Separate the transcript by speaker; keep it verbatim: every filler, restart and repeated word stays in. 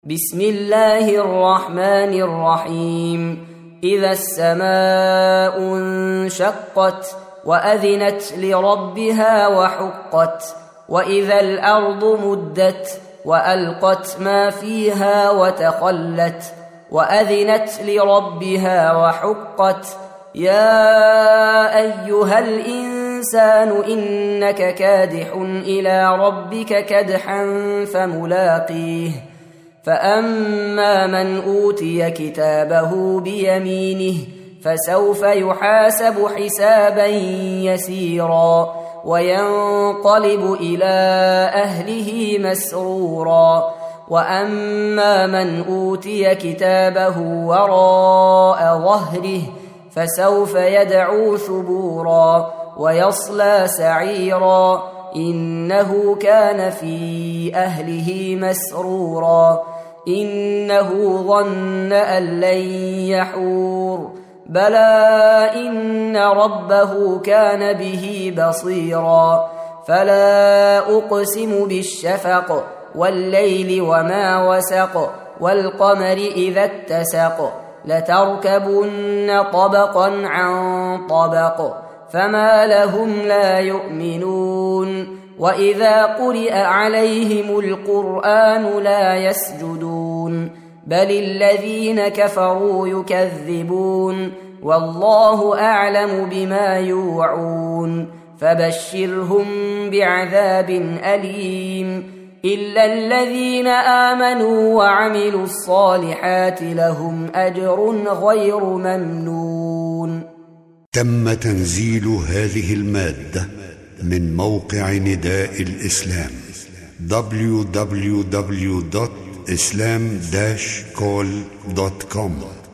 Speaker 1: بسم الله الرحمن الرحيم. إذا السماء انشقت وأذنت لربها وحقت، وإذا الأرض مدت وألقت ما فيها وتخلت، وأذنت لربها وحقت. يا أيها الإنسان إنك كادح إلى ربك كدحا فملاقيه. فأما من أوتي كتابه بيمينه فسوف يحاسب حسابا يسيرا وينقلب إلى أهله مسرورا. وأما من أوتي كتابه وراء ظهره فسوف يدعو ثبورا ويصلى سعيرا إنه كان في أهله مسرورا. إنه ظن أن لن يحور، بلى إن ربه كان به بصيرا. فلا أقسم بالشفق والليل وما وسق، والقمر إذا اتسق، لتركبن طبقا عن طبق، فما لهم لا يؤمنون. وإذا قرئ عليهم القرآن لا يسجدون، بل الذين كفروا يكذبون، والله أعلم بما يوعون. فبشرهم بعذاب أليم إلا الذين آمنوا وعملوا الصالحات لهم أجر غير ممنون.
Speaker 2: تم تنزيل هذه المادة من موقع نداء الإسلام دبليو دبليو دبليو دوت إسلام داش كول دوت كوم.